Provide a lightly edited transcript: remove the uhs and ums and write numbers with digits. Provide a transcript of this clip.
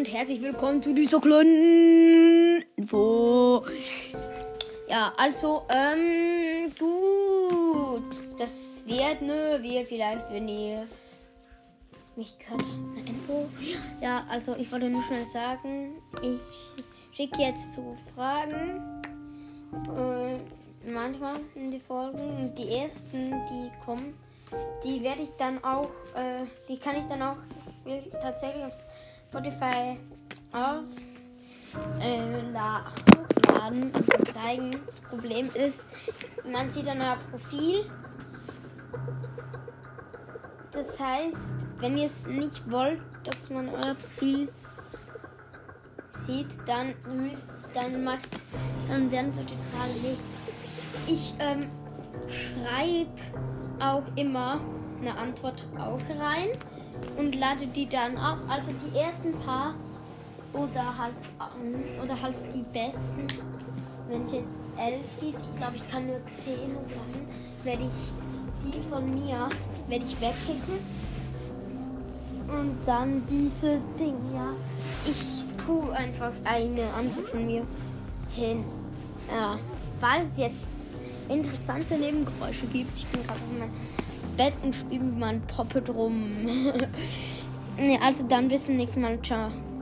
und herzlich willkommen zu dieser kleinen Info. Ja, also, gut. Das wird wie vielleicht, wenn ihr mich gehört habt, eine Info. Ja, also ich wollte nur schnell sagen, ich schicke jetzt so Fragen. Manchmal in die Folgen. Und die ersten, die kommen, die werde ich dann auch, die kann ich dann auch tatsächlich auf Spotify hochladen und dann zeigen. Das Problem ist, man sieht dann euer Profil. Das heißt, wenn ihr es nicht wollt, dass man euer Profil sieht, dann werden wir gerade nicht. Ich schreibe auch immer eine Antwort auch rein und lade die dann auch, also die ersten paar oder halt die besten. Wenn es jetzt 11 steht, ich glaube, ich kann nur 10 und dann werde ich die von mir wegkicken und dann diese Dinge, ja. Ich tue einfach eine Antwort von mir hin. Ja, weil es jetzt interessante Nebengeräusche gibt. Ich bin gerade auf meinem Bett und spiele mit meinem Poppet rum. Ne, also dann bis zum nächsten Mal. Ciao.